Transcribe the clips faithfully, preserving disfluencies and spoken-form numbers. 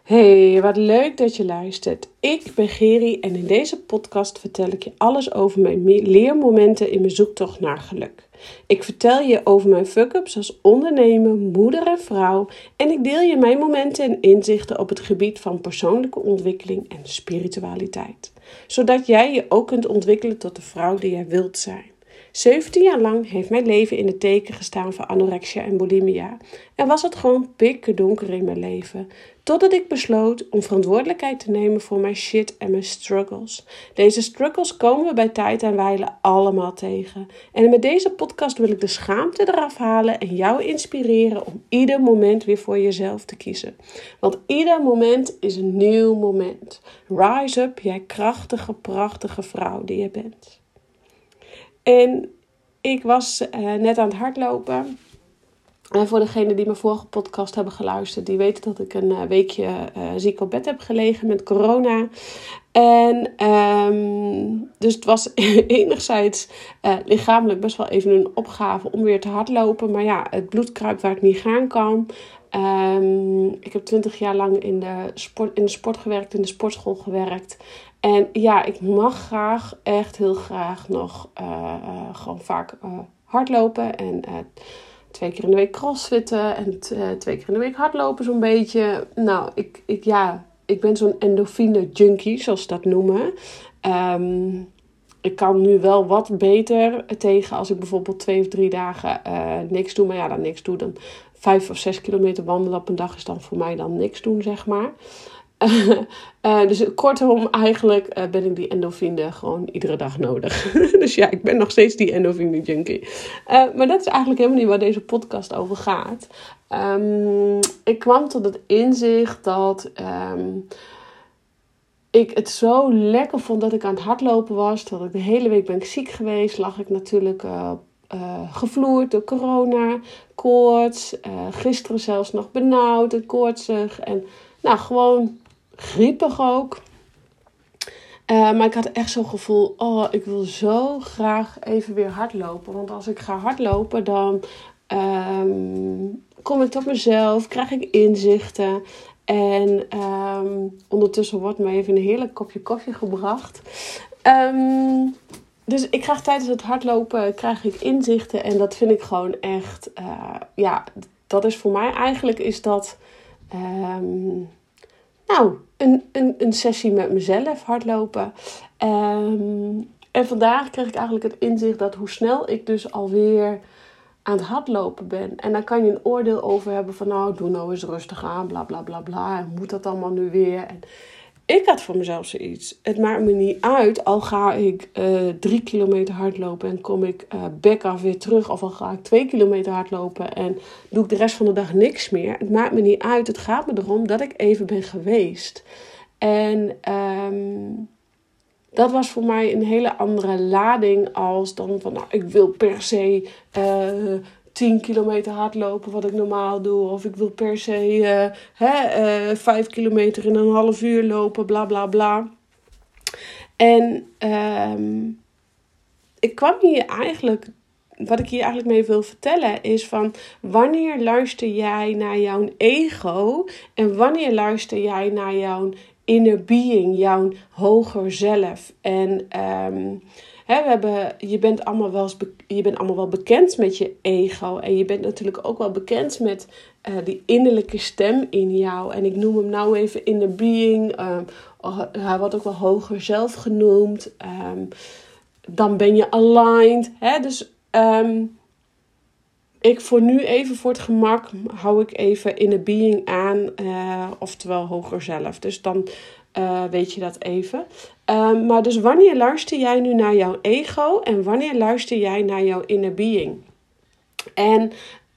Hey, wat leuk dat je luistert. Ik ben Geri en in deze podcast vertel ik je alles over mijn leermomenten in mijn zoektocht naar geluk. Ik vertel je over mijn fuck-ups als ondernemer, moeder en vrouw en ik deel je mijn momenten en inzichten op het gebied van persoonlijke ontwikkeling en spiritualiteit. Zodat jij je ook kunt ontwikkelen tot de vrouw die jij wilt zijn. zeventien jaar lang heeft mijn leven in het teken gestaan van anorexia en bulimia. En was het gewoon pikken donker in mijn leven. Totdat ik besloot om verantwoordelijkheid te nemen voor mijn shit en mijn struggles. Deze struggles komen we bij tijd en wijle allemaal tegen. En met deze podcast wil ik de schaamte eraf halen en jou inspireren om ieder moment weer voor jezelf te kiezen. Want ieder moment is een nieuw moment. Rise up, jij krachtige, prachtige vrouw die je bent. En ik was uh, net aan het hardlopen. En voor degenen die mijn vorige podcast hebben geluisterd, die weten dat ik een uh, weekje uh, ziek op bed heb gelegen met corona. En um, dus het was enigszins uh, lichamelijk best wel even een opgave om weer te hardlopen. Maar ja, het bloed kruipt waar het niet gaan kan. Um, ik heb twintig jaar lang in de, sport, in de sport gewerkt, in de sportschool gewerkt. En ja, ik mag graag, echt heel graag nog uh, uh, gewoon vaak uh, hardlopen. En uh, twee keer in de week crossfitten en t- uh, twee keer in de week hardlopen zo'n beetje. Nou, ik, ik, ja, ik ben zo'n endorfine junkie, zoals ze dat noemen. Um, ik kan nu wel wat beter tegen als ik bijvoorbeeld twee of drie dagen uh, niks doe. Maar ja, dan niks doe, dan vijf of zes kilometer wandelen op een dag is dan voor mij dan niks doen, zeg maar. Uh, uh, dus kortom, eigenlijk uh, ben ik die endorfine gewoon iedere dag nodig. Dus ja, ik ben nog steeds die endorfine junkie. Uh, maar dat is eigenlijk helemaal niet waar deze podcast over gaat. Um, ik kwam tot het inzicht dat um, ik het zo lekker vond dat ik aan het hardlopen was. Dat ik de hele week ben ik ziek geweest. Lag ik natuurlijk uh, uh, gevloerd door corona, koorts. Uh, gisteren zelfs nog benauwd en koortsig. En nou, gewoon griepig ook. Uh, maar ik had echt zo'n gevoel, oh, ik wil zo graag even weer hardlopen. Want als ik ga hardlopen, dan um, kom ik tot mezelf, krijg ik inzichten. En um, ondertussen wordt me even een heerlijk kopje koffie gebracht. Um, dus ik krijg tijdens het hardlopen krijg ik inzichten. En dat vind ik gewoon echt, uh, ja, dat is voor mij eigenlijk, is dat... Um, Nou, een, een, een sessie met mezelf, hardlopen. Um, en vandaag kreeg ik eigenlijk het inzicht dat hoe snel ik dus alweer aan het hardlopen ben. En dan kan je een oordeel over hebben van nou, doe nou eens rustig aan, bla bla bla bla. En moet dat allemaal nu weer? En ik had voor mezelf zoiets. Het maakt me niet uit, al ga ik uh, drie kilometer hardlopen en kom ik uh, back af weer terug. Of al ga ik twee kilometer hardlopen en doe ik de rest van de dag niks meer. Het maakt me niet uit. Het gaat me erom dat ik even ben geweest. En um, dat was voor mij een hele andere lading als dan van nou, ik wil per se... Uh, tien kilometer hardlopen, wat ik normaal doe. Of ik wil per se uh, hè, uh, vijf kilometer in een half uur lopen, bla bla bla. En um, ik kwam hier eigenlijk... Wat ik hier eigenlijk mee wil vertellen is van... Wanneer luister jij naar jouw ego? En wanneer luister jij naar jouw inner being, jouw hoger zelf? En... Um, He, we hebben, je, bent allemaal wel eens be, je bent allemaal wel bekend met je ego. En je bent natuurlijk ook wel bekend met uh, die innerlijke stem in jou. En ik noem hem nou even inner being. Um, hij wordt ook wel hoger zelf genoemd. Um, dan ben je aligned. He, dus um, ik voor nu even voor het gemak hou ik even inner being aan. Uh, oftewel hoger zelf. Dus dan... Uh, weet je dat even. Um, maar dus wanneer luister jij nu naar jouw ego en wanneer luister jij naar jouw inner being? En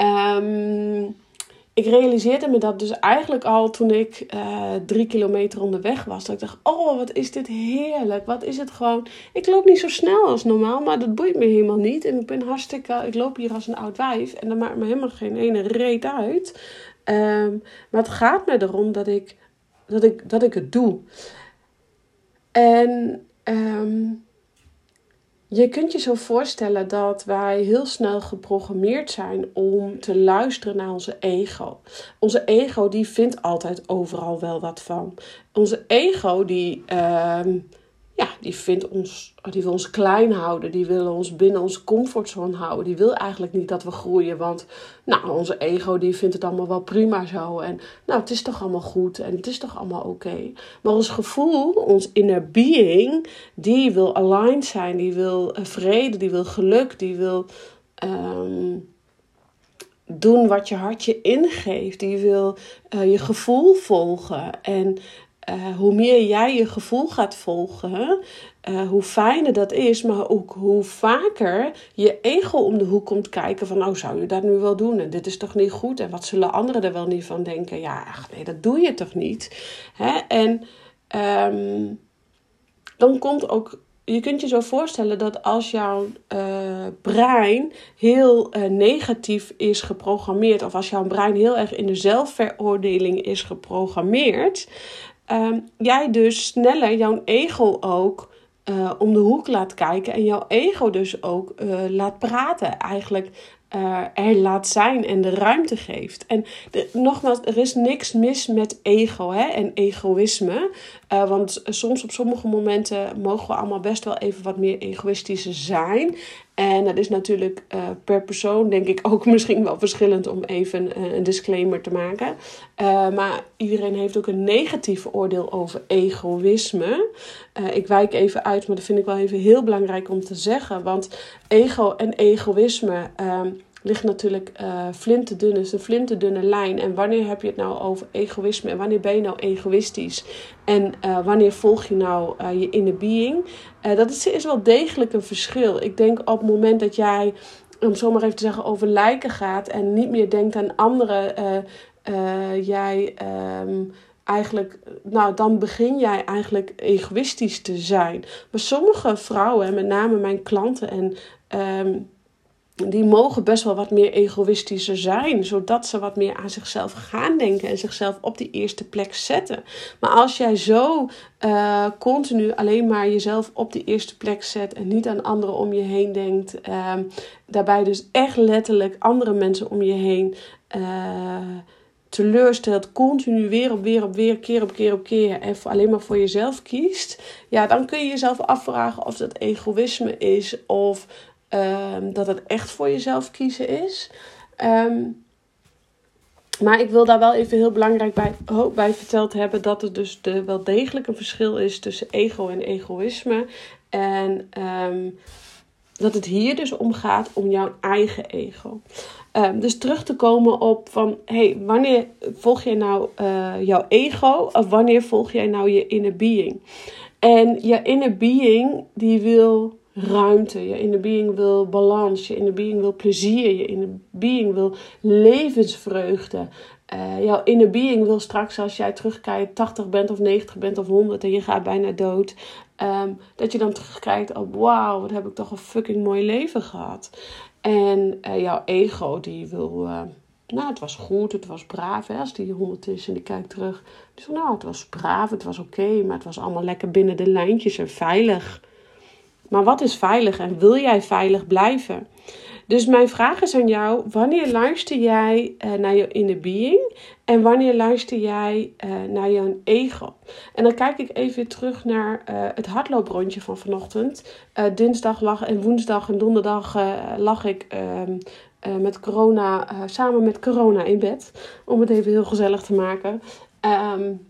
um, ik realiseerde me dat dus eigenlijk al toen ik uh, drie kilometer onderweg was. Dat ik dacht, oh wat is dit heerlijk. Wat is het gewoon. Ik loop niet zo snel als normaal, maar dat boeit me helemaal niet. En ik ben hartstikke, ik loop hier als een oud wijf. En dat maakt me helemaal geen ene reet uit. Um, maar het gaat me erom dat ik... Dat ik, dat ik het doe. En um, je kunt je zo voorstellen dat wij heel snel geprogrammeerd zijn om te luisteren naar onze ego. Onze ego die vindt altijd overal wel wat van. Onze ego die, uh, ja, die, vindt ons, die wil ons klein houden. Die wil ons binnen onze comfortzone houden. Die wil eigenlijk niet dat we groeien. Want nou, onze ego die vindt het allemaal wel prima zo. En nou, het is toch allemaal goed. En het is toch allemaal oké. Okay. Maar ons gevoel, ons inner being, die wil aligned zijn. Die wil vrede, die wil geluk. Die wil um, doen wat je hart je ingeeft. Die wil uh, je gevoel volgen. En Uh, hoe meer jij je gevoel gaat volgen, uh, hoe fijner dat is. Maar ook hoe vaker je ego om de hoek komt kijken van, oh, zou je dat nu wel doen? En dit is toch niet goed? En wat zullen anderen er wel niet van denken? Ja, ach, nee, dat doe je toch niet? Hè? En um, dan komt ook, je kunt je zo voorstellen dat als jouw uh, brein heel uh, negatief is geprogrammeerd, of als jouw brein heel erg in de zelfveroordeling is geprogrammeerd, Um, jij dus sneller jouw ego ook uh, om de hoek laat kijken en jouw ego dus ook uh, laat praten, eigenlijk uh, er laat zijn en de ruimte geeft. En de, nogmaals, er is niks mis met ego, hè, en egoïsme, uh, want soms op sommige momenten mogen we allemaal best wel even wat meer egoïstischer zijn. En dat is natuurlijk uh, per persoon denk ik ook misschien wel verschillend om even uh, een disclaimer te maken. Uh, maar iedereen heeft ook een negatief oordeel over egoïsme. Uh, ik wijk even uit, maar dat vind ik wel even heel belangrijk om te zeggen. Want ego en egoïsme uh, ligt natuurlijk uh, flinterdun, is een flinterdunne lijn. En wanneer heb je het nou over egoïsme en wanneer ben je nou egoïstisch? En uh, wanneer volg je nou uh, je inner being? Uh, dat is, is wel degelijk een verschil. Ik denk op het moment dat jij, om zo maar even te zeggen, over lijken gaat en niet meer denkt aan anderen, uh, uh, jij um, eigenlijk, nou dan begin jij eigenlijk egoïstisch te zijn. Maar sommige vrouwen, en met name mijn klanten, en um, die mogen best wel wat meer egoïstischer zijn, zodat ze wat meer aan zichzelf gaan denken en zichzelf op die eerste plek zetten. Maar als jij zo uh, continu alleen maar jezelf op die eerste plek zet en niet aan anderen om je heen denkt, uh, daarbij dus echt letterlijk andere mensen om je heen uh, teleurstelt, continu weer op weer op weer, keer op keer op keer en alleen maar voor jezelf kiest, ja, dan kun je jezelf afvragen of dat egoïsme is of Um, dat het echt voor jezelf kiezen is. Um, maar ik wil daar wel even heel belangrijk bij, oh, bij verteld hebben dat er dus de, wel degelijk een verschil is tussen ego en egoïsme. En um, dat het hier dus om gaat om jouw eigen ego. Um, dus terug te komen op van, hey, wanneer volg jij nou uh, jouw ego of wanneer volg jij nou je inner being? En je inner being die wil ruimte, je inner being wil balans, je inner being wil plezier, je inner being wil levensvreugde. Uh, jouw inner being wil straks, als jij terugkijkt, tachtig bent of negentig bent of honderd en je gaat bijna dood, um, dat je dan terugkijkt op, wauw, wat heb ik toch een fucking mooi leven gehad. En uh, jouw ego, die wil, uh, nou, het was goed, het was braaf, hè, als die honderd is en die kijkt terug. Dus nou, het was braaf, het was oké, okay, maar het was allemaal lekker binnen de lijntjes en veilig. Maar wat is veilig en wil jij veilig blijven? Dus mijn vraag is aan jou, wanneer luister jij uh, naar je inner being en wanneer luister jij uh, naar jouw ego? En dan kijk ik even weer terug naar uh, het hardlooprondje van vanochtend. Uh, dinsdag lag en woensdag en donderdag uh, lag ik uh, uh, met corona, uh, samen met corona in bed. Om het even heel gezellig te maken. Um,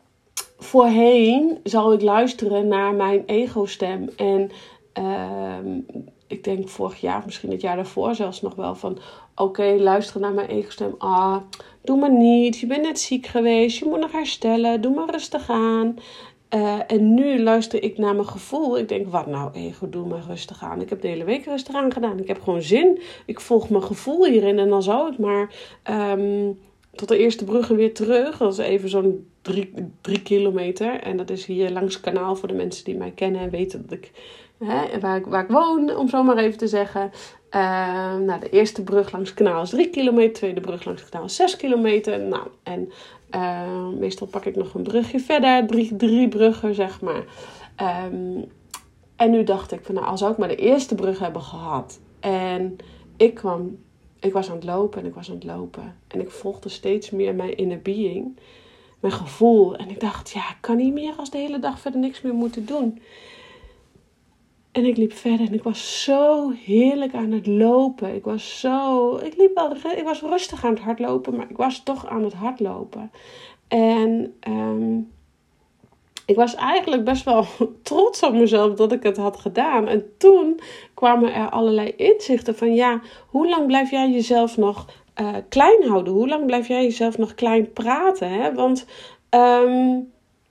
Voorheen zal ik luisteren naar mijn ego-stem. En uh, ik denk vorig jaar, misschien het jaar daarvoor zelfs nog wel van, oké, okay, luisteren naar mijn ego-stem. Ah, doe maar niet. Je bent net ziek geweest. Je moet nog herstellen. Doe maar rustig aan. Uh, en nu luister ik naar mijn gevoel. Ik denk, wat nou ego, doe maar rustig aan. Ik heb de hele week rustig aan gedaan. Ik heb gewoon zin. Ik volg mijn gevoel hierin. En dan zou ik maar um, tot de eerste brug en weer terug. Dat is even zo'n drie, drie kilometer. En dat is hier langs het kanaal voor de mensen die mij kennen en weten dat ik, hè, waar, ik, waar ik woon, om zo maar even te zeggen. Uh, nou, de eerste brug langs het kanaal is drie kilometer. De tweede brug langs het kanaal is zes kilometer. Nou, en uh, meestal pak ik nog een brugje verder. Drie, drie bruggen, zeg maar. Um, En nu dacht ik van nou, als zou ik maar de eerste brug hebben gehad. En ik kwam, ik was aan het lopen en ik was aan het lopen. En ik volgde steeds meer mijn inner being, mijn gevoel. En ik dacht, ja, ik kan niet meer als de hele dag verder niks meer moeten doen. En ik liep verder en ik was zo heerlijk aan het lopen. Ik was zo, ik liep wel, ik was rustig aan het hardlopen, maar ik was toch aan het hardlopen. En um, ik was eigenlijk best wel trots op mezelf dat ik het had gedaan. En toen kwamen er allerlei inzichten van ja, hoe lang blijf jij jezelf nog uh, klein houden? Hoe lang blijf jij jezelf nog klein praten? Hè? Want um,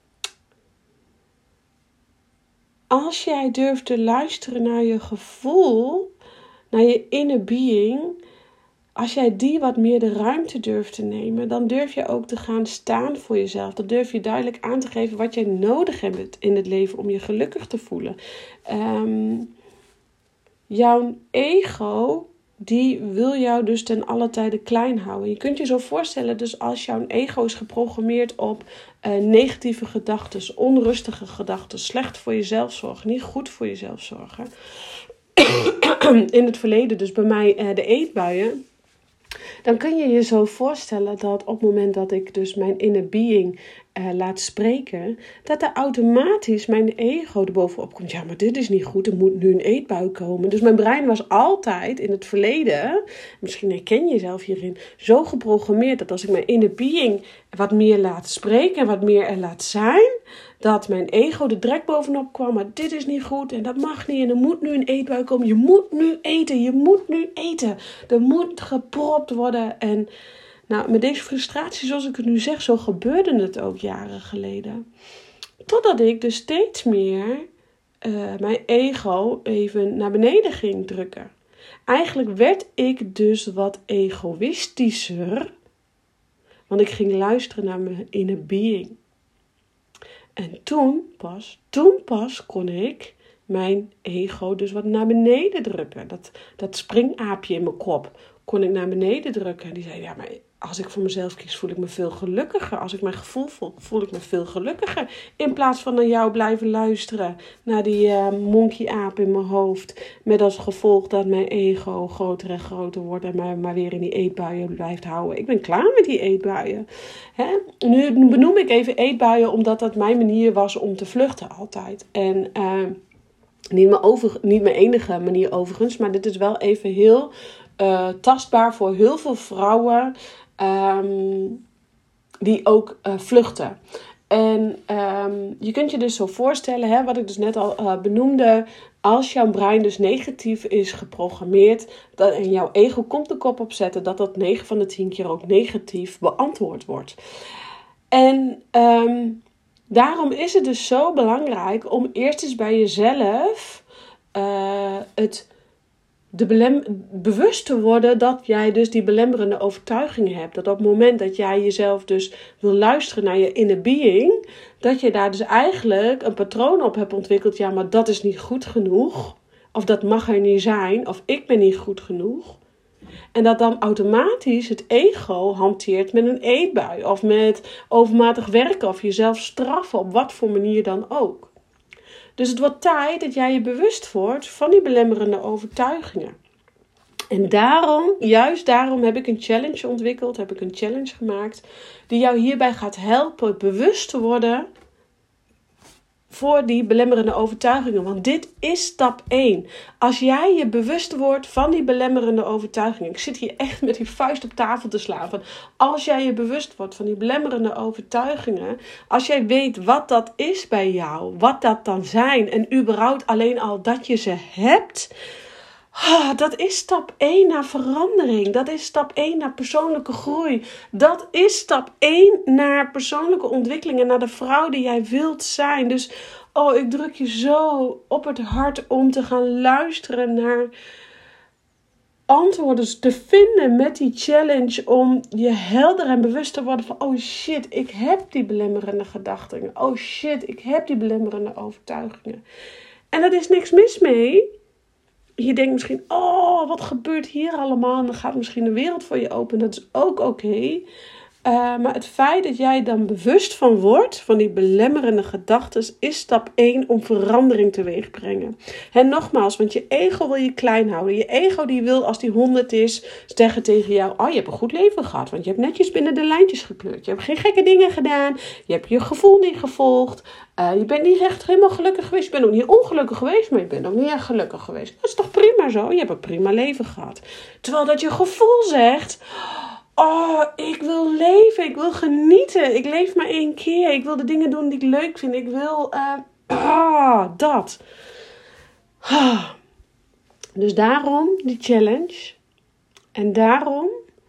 als jij durft te luisteren naar je gevoel, naar je inner being, als jij die wat meer de ruimte durft te nemen, dan durf je ook te gaan staan voor jezelf. Dan durf je duidelijk aan te geven wat jij nodig hebt in het leven om je gelukkig te voelen. Um, jouw ego, die wil jou dus ten alle tijde klein houden. Je kunt je zo voorstellen, dus als jouw ego is geprogrammeerd op uh, negatieve gedachten, onrustige gedachten, slecht voor jezelf zorgen, niet goed voor jezelf zorgen. In het verleden dus bij mij uh, de eetbuien. Dan kun je je zo voorstellen dat op het moment dat ik dus mijn inner being uh, laat spreken, dat er automatisch mijn ego erbovenop komt. Ja, maar dit is niet goed, er moet nu een eetbui komen. Dus mijn brein was altijd in het verleden, misschien herken je jezelf hierin, zo geprogrammeerd dat als ik mijn inner being wat meer laat spreken en wat meer er laat zijn, dat mijn ego er direct bovenop kwam. Maar dit is niet goed en dat mag niet en er moet nu een eetbui komen. Je moet nu eten, je moet nu eten. Er moet gepropt worden. En nou, met deze frustratie, zoals ik het nu zeg, zo gebeurde het ook jaren geleden. Totdat ik dus steeds meer uh, mijn ego even naar beneden ging drukken. Eigenlijk werd ik dus wat egoïstischer. Want ik ging luisteren naar mijn inner being. En toen pas, toen pas kon ik mijn ego dus wat naar beneden drukken. Dat, dat springaapje in mijn kop kon ik naar beneden drukken. Die zei, ja, maar als ik voor mezelf kies, voel ik me veel gelukkiger. Als ik mijn gevoel voel, voel ik me veel gelukkiger. In plaats van naar jou blijven luisteren, naar die uh, monkey-aap in mijn hoofd. Met als gevolg dat mijn ego groter en groter wordt en mij maar weer in die eetbuien blijft houden. Ik ben klaar met die eetbuien. Hè? Nu benoem ik even eetbuien, omdat dat mijn manier was om te vluchten altijd. En uh, niet, mijn over, niet mijn enige manier overigens, maar dit is wel even heel uh, tastbaar voor heel veel vrouwen Um, die ook uh, vluchten. En um, je kunt je dus zo voorstellen, hè, wat ik dus net al uh, benoemde, als jouw brein dus negatief is geprogrammeerd dat, en jouw ego komt de kop opzetten, dat dat negen van de tien keer ook negatief beantwoord wordt. En um, daarom is het dus zo belangrijk om eerst eens bij jezelf uh, het De belem- bewust te worden dat jij dus die belemmerende overtuigingen hebt. Dat op het moment dat jij jezelf dus wil luisteren naar je inner being, dat je daar dus eigenlijk een patroon op hebt ontwikkeld. Ja, maar dat is niet goed genoeg. Of dat mag er niet zijn. Of ik ben niet goed genoeg. En dat dan automatisch het ego hanteert met een eetbui. Of met overmatig werken. Of jezelf straffen op wat voor manier dan ook. Dus het wordt tijd dat jij je bewust wordt van die belemmerende overtuigingen. En daarom, juist daarom heb ik een challenge ontwikkeld, heb ik een challenge gemaakt, die jou hierbij gaat helpen bewust te worden voor die belemmerende overtuigingen. Want dit is stap één. Als jij je bewust wordt van die belemmerende overtuigingen. Ik zit hier echt met die vuist op tafel te slaan. Van als jij je bewust wordt van die belemmerende overtuigingen. Als jij weet wat dat is bij jou. Wat dat dan zijn. En überhaupt alleen al dat je ze hebt. Dat is stap één naar verandering. Dat is stap één naar persoonlijke groei. Dat is stap één naar persoonlijke ontwikkeling en naar de vrouw die jij wilt zijn. Dus oh, ik druk je zo op het hart om te gaan luisteren naar antwoorden te vinden met die challenge. Om je helder en bewust te worden van oh shit, ik heb die belemmerende gedachten. Oh shit, ik heb die belemmerende overtuigingen. En er is niks mis mee. Je denkt misschien, oh, wat gebeurt hier allemaal? En dan gaat misschien de wereld voor je open. Dat is ook oké. Okay. Uh, maar het feit dat jij dan bewust van wordt, van die belemmerende gedachten, is stap één om verandering teweeg te brengen. En nogmaals, want je ego wil je klein houden. Je ego die wil, als die honderd is, zeggen tegen jou, oh, je hebt een goed leven gehad. Want je hebt netjes binnen de lijntjes gekleurd. Je hebt geen gekke dingen gedaan. Je hebt je gevoel niet gevolgd. Uh, je bent niet echt helemaal gelukkig geweest. Je bent ook niet ongelukkig geweest, maar je bent ook niet echt gelukkig geweest. Dat is toch prima zo? Je hebt een prima leven gehad. Terwijl dat je gevoel zegt, oh, ik wil leven, ik wil genieten. Ik leef maar één keer. Ik wil de dingen doen die ik leuk vind. Ik wil, uh, ah, dat. Ah. Dus daarom die challenge. En daarom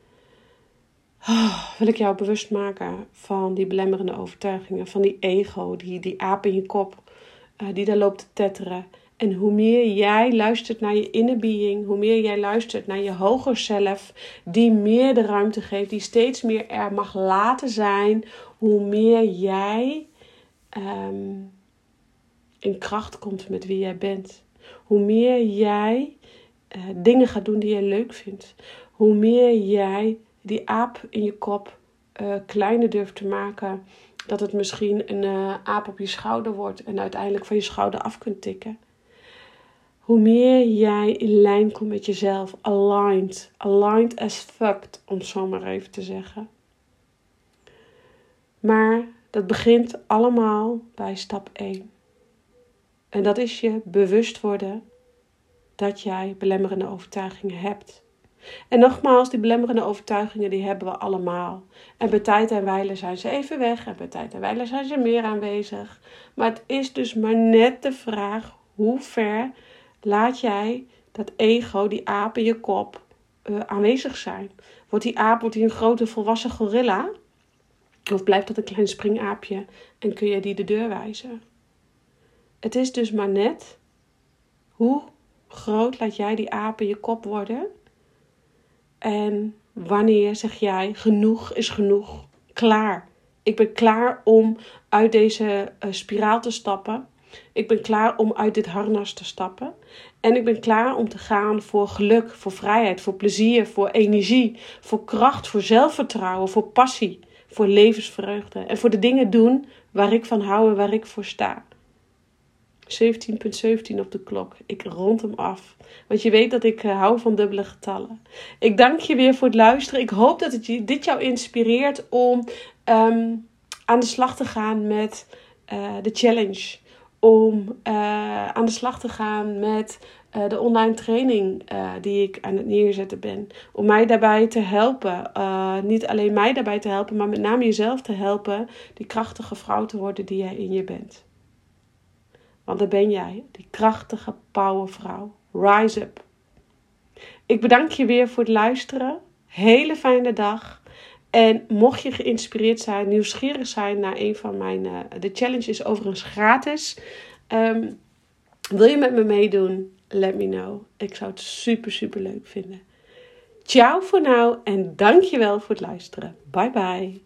oh, wil ik jou bewust maken van die belemmerende overtuigingen. Van die ego, die, die aap in je kop, uh, die daar loopt te tetteren. En hoe meer jij luistert naar je inner being, hoe meer jij luistert naar je hoger zelf, die meer de ruimte geeft, die steeds meer er mag laten zijn, hoe meer jij um, in kracht komt met wie jij bent. Hoe meer jij uh, dingen gaat doen die je leuk vindt. Hoe meer jij die aap in je kop uh, kleiner durft te maken, dat het misschien een uh, aap op je schouder wordt en uiteindelijk van je schouder af kunt tikken. Hoe meer jij in lijn komt met jezelf, aligned, aligned as fucked, om het zo maar even te zeggen. Maar dat begint allemaal bij stap één. En dat is je bewust worden dat jij belemmerende overtuigingen hebt. En nogmaals, die belemmerende overtuigingen die hebben we allemaal. En bij tijd en wijle zijn ze even weg en bij tijd en wijle zijn ze meer aanwezig. Maar het is dus maar net de vraag, hoe ver laat jij dat ego, die aap in je kop, uh, aanwezig zijn? Wordt die aap wordt die een grote volwassen gorilla? Of blijft dat een klein springaapje en kun je die de deur wijzen? Het is dus maar net, hoe groot laat jij die aap in je kop worden? En wanneer zeg jij, genoeg is genoeg, klaar. Ik ben klaar om uit deze uh, spiraal te stappen. Ik ben klaar om uit dit harnas te stappen. En ik ben klaar om te gaan voor geluk, voor vrijheid, voor plezier, voor energie, voor kracht, voor zelfvertrouwen, voor passie, voor levensvreugde. En voor de dingen doen waar ik van hou en waar ik voor sta. zeventien punt zeventien op de klok. Ik rond hem af. Want je weet dat ik uh, hou van dubbele getallen. Ik dank je weer voor het luisteren. Ik hoop dat het je, dit jou inspireert om um, aan de slag te gaan met uh, de challenge. Om uh, aan de slag te gaan met uh, de online training uh, die ik aan het neerzetten ben. Om mij daarbij te helpen. Uh, niet alleen mij daarbij te helpen, maar met name jezelf te helpen. Die krachtige vrouw te worden die jij in je bent. Want daar ben jij, die krachtige powervrouw. Rise up. Ik bedank je weer voor het luisteren. Hele fijne dag. En mocht je geïnspireerd zijn, nieuwsgierig zijn naar een van mijn... Uh, de challenge is overigens gratis. Um, wil je met me meedoen? Let me know. Ik zou het super, super leuk vinden. Ciao voor nu en dankjewel voor het luisteren. Bye bye.